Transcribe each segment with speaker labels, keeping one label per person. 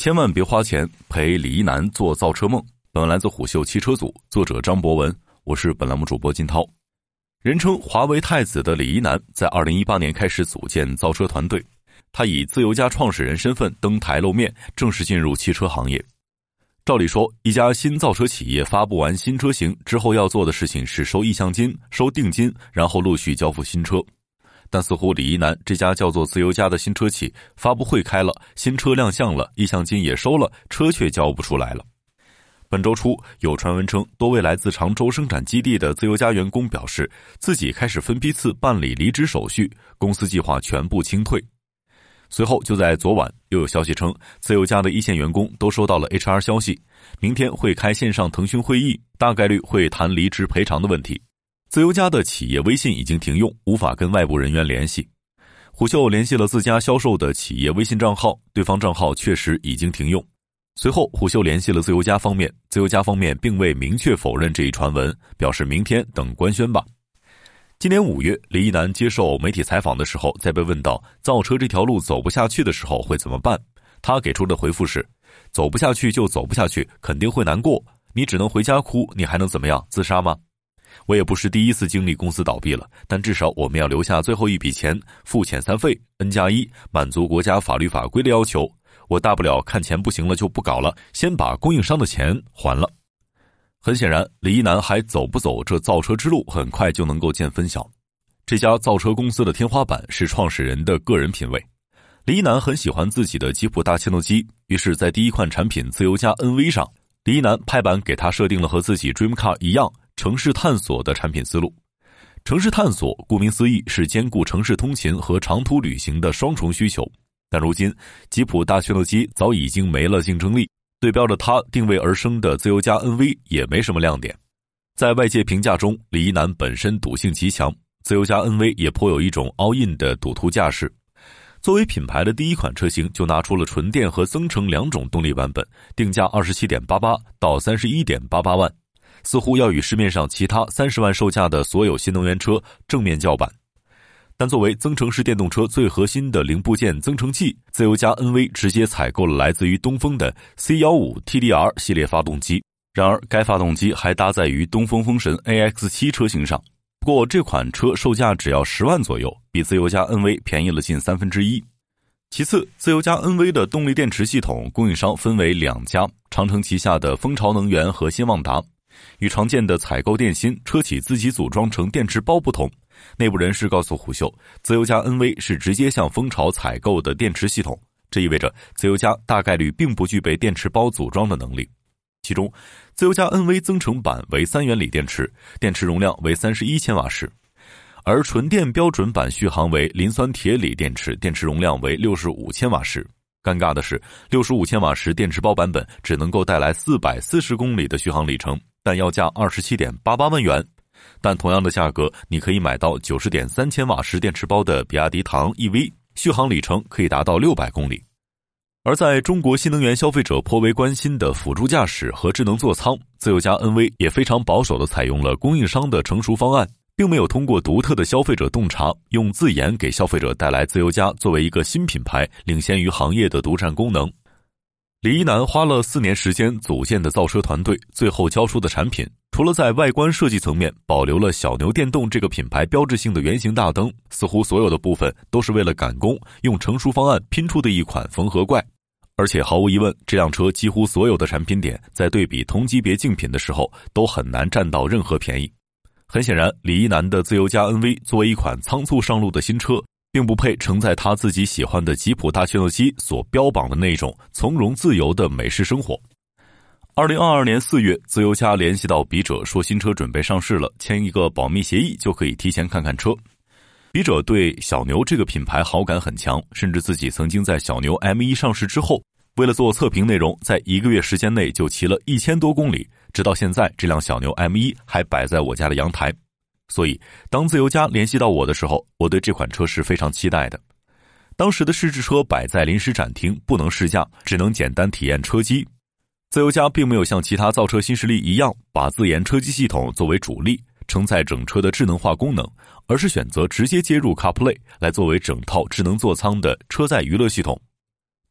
Speaker 1: 千万别花钱陪李一男做造车梦。本文来自虎嗅汽车组，作者张博文，我是本栏目主播金涛。人称华为太子的李一男在2018年开始组建造车团队，他以自由家创始人身份登台露面，正式进入汽车行业。照理说，一家新造车企业发布完新车型之后要做的事情是收意向金、收定金，然后陆续交付新车。但似乎李一男这家叫做自由家的新车企，发布会开了，新车亮相了，意向金也收了，车却交不出来了。本周初，有传闻称，多位来自常州生产基地的自由家员工表示，自己开始分批次办理离职手续，公司计划全部清退。随后就在昨晚，又有消息称，自由家的一线员工都收到了 HR 消息，明天会开线上腾讯会议，大概率会谈离职赔偿的问题。自由家的企业微信已经停用，无法跟外部人员联系。虎嗅联系了自家销售的企业微信账号，对方账号确实已经停用。随后虎嗅联系了自由家方面，自由家方面并未明确否认这一传闻，表示明天等官宣吧。今年5月，李一男接受媒体采访的时候，在被问到造车这条路走不下去的时候会怎么办，他给出的回复是，走不下去就走不下去，肯定会难过，你只能回家哭，你还能怎么样，自杀吗？我也不是第一次经历公司倒闭了，但至少我们要留下最后一笔钱，付遣散费 N+1， 满足国家法律法规的要求。我大不了看钱不行了就不搞了，先把供应商的钱还了。很显然，李一男还走不走这造车之路，很快就能够见分晓。这家造车公司的天花板是创始人的个人品味。李一男很喜欢自己的吉普大切诺基，于是在第一款产品自由家 NV 上，李一男拍板给他设定了和自己 Dream Car 一样城市探索的产品思路。城市探索顾名思义是兼顾城市通勤和长途旅行的双重需求，但如今吉普大切诺基早已经没了竞争力，对标着它定位而生的自由家 NV 也没什么亮点。在外界评价中，李一男本身赌性极强，自由家 NV 也颇有一种 all in 的赌徒架势。作为品牌的第一款车型，就拿出了纯电和增程两种动力版本，定价 27.88 到 31.88 万，似乎要与市面上其他30万售价的所有新能源车正面叫板。但作为增程式电动车最核心的零部件增程器，自由家 NV 直接采购了来自于东风的 C15 TDR 系列发动机，然而该发动机还搭载于东风风神 AX7 车型上。不过这款车售价只要10万左右，比自由家 NV 便宜了近1/3。其次，自由家 NV 的动力电池系统供应商分为2家，长城旗下的蜂巢能源和新旺达。与常见的采购电芯，车企自己组装成电池包不同，内部人士告诉虎嗅，自由家 NV 是直接向蜂巢采购的电池系统，这意味着自由家大概率并不具备电池包组装的能力。其中，自由家 NV 增程版为3元锂电池，电池容量为31千瓦时，而纯电标准版续航为磷酸铁锂电池，电池容量为65千瓦时。尴尬的是，65千瓦时电池包版本只能够带来440公里的续航里程，但要价 27.88 万元。但同样的价格，你可以买到 90.3 千瓦时电池包的比亚迪唐 EV， 续航里程可以达到600公里。而在中国新能源消费者颇为关心的辅助驾驶和智能座舱，自由家 NV 也非常保守地采用了供应商的成熟方案，并没有通过独特的消费者洞察，用自研给消费者带来自由家作为一个新品牌领先于行业的独占功能。李一男花了4年时间组建的造车团队，最后交出的产品，除了在外观设计层面保留了小牛电动这个品牌标志性的圆形大灯，似乎所有的部分都是为了赶工，用成熟方案拼出的一款缝合怪。而且毫无疑问，这辆车几乎所有的产品点在对比同级别竞品的时候都很难占到任何便宜。很显然，李一男的自由家 NV 作为一款仓促上路的新车，并不配承载他自己喜欢的吉普大切诺基所标榜的那种从容自由的美式生活。2022年4月，自由家联系到笔者说新车准备上市了，签一个保密协议就可以提前看看车。笔者对小牛这个品牌好感很强，甚至自己曾经在小牛 M1 上市之后，为了做测评内容，在1个月时间内就骑了1000多公里，直到现在这辆小牛 M1 还摆在我家的阳台。所以当自由家联系到我的时候，我对这款车是非常期待的。当时的试制车摆在临时展厅，不能试驾，只能简单体验车机。自由家并没有像其他造车新势力一样，把自研车机系统作为主力，承载整车的智能化功能，而是选择直接接入 CarPlay 来作为整套智能座舱的车载娱乐系统。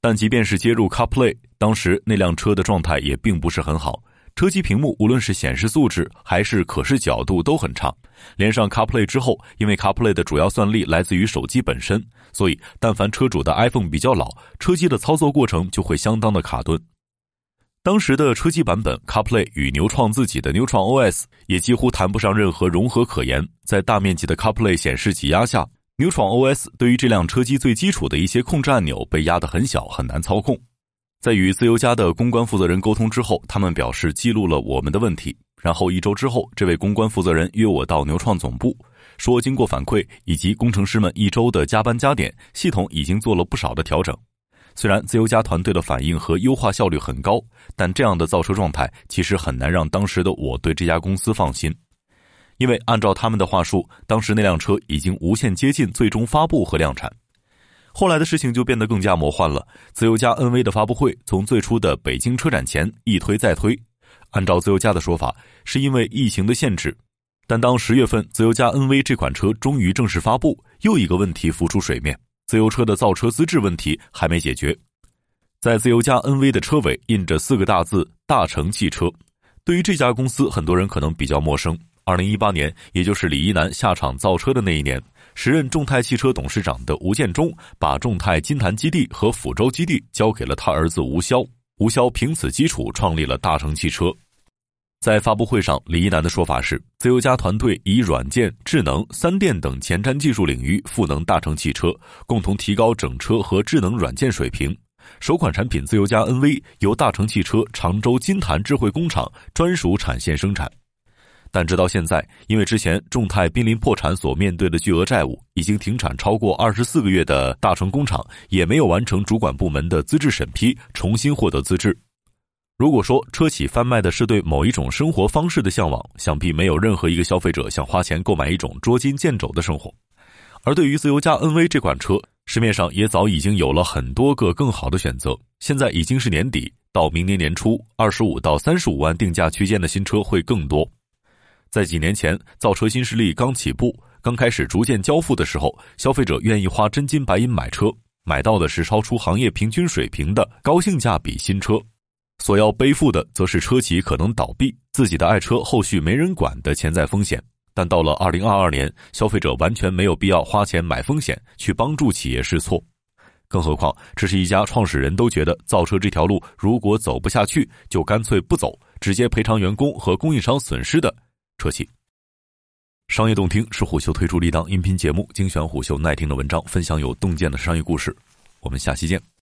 Speaker 1: 但即便是接入 CarPlay， 当时那辆车的状态也并不是很好，车机屏幕无论是显示素质还是可视角度都很差。连上 CarPlay 之后，因为 CarPlay 的主要算力来自于手机本身，所以但凡车主的 iPhone 比较老，车机的操作过程就会相当的卡顿。当时的车机版本 CarPlay 与牛创自己的牛创 OS 也几乎谈不上任何融合可言，在大面积的 CarPlay 显示挤压下，牛创 OS 对于这辆车机最基础的一些控制按钮被压得很小，很难操控。在与自由家的公关负责人沟通之后，他们表示记录了我们的问题，然后1周之后，这位公关负责人约我到牛创总部，说经过反馈以及工程师们1周的加班加点，系统已经做了不少的调整。虽然自由家团队的反应和优化效率很高，但这样的造车状态其实很难让当时的我对这家公司放心。因为按照他们的话术，当时那辆车已经无限接近最终发布和量产。后来的事情就变得更加魔幻了，自由家 NV 的发布会从最初的北京车展前一推再推，按照自由家的说法，是因为疫情的限制。但当10月份自由家 NV 这款车终于正式发布，又一个问题浮出水面，自由车的造车资质问题还没解决。在自由家 NV 的车尾印着4个大字大成汽车，对于这家公司很多人可能比较陌生。2018年，也就是李一男下场造车的那一年，时任众泰汽车董事长的吴建中把众泰金坛基地和抚州基地交给了他儿子吴骁，吴骁凭此基础创立了大成汽车。在发布会上，李一男的说法是，自由家团队以软件、智能、3电等前瞻技术领域赋能大成汽车，共同提高整车和智能软件水平。首款产品自由家 NV 由大成汽车常州金坛智慧工厂专属产线生产。但直到现在，因为之前众泰濒临破产所面对的巨额债务，已经停产超过24个月的大成工厂也没有完成主管部门的资质审批，重新获得资质。如果说车企贩卖的是对某一种生活方式的向往，想必没有任何一个消费者想花钱购买一种捉襟见肘的生活。而对于自由家 NV 这款车，市面上也早已经有了很多个更好的选择。现在已经是年底，到明年年初，25到35万定价区间的新车会更多。在几年前，造车新势力刚起步，刚开始逐渐交付的时候，消费者愿意花真金白银买车，买到的是超出行业平均水平的高性价比新车，所要背负的则是车企可能倒闭，自己的爱车后续没人管的潜在风险。但到了2022年，消费者完全没有必要花钱买风险去帮助企业试错。更何况，这是一家创始人都觉得造车这条路如果走不下去，就干脆不走，直接赔偿员工和供应商损失的车企。商业洞听是虎嗅推出的一档音频节目，精选虎嗅耐听的文章，分享有洞见的商业故事。我们下期见。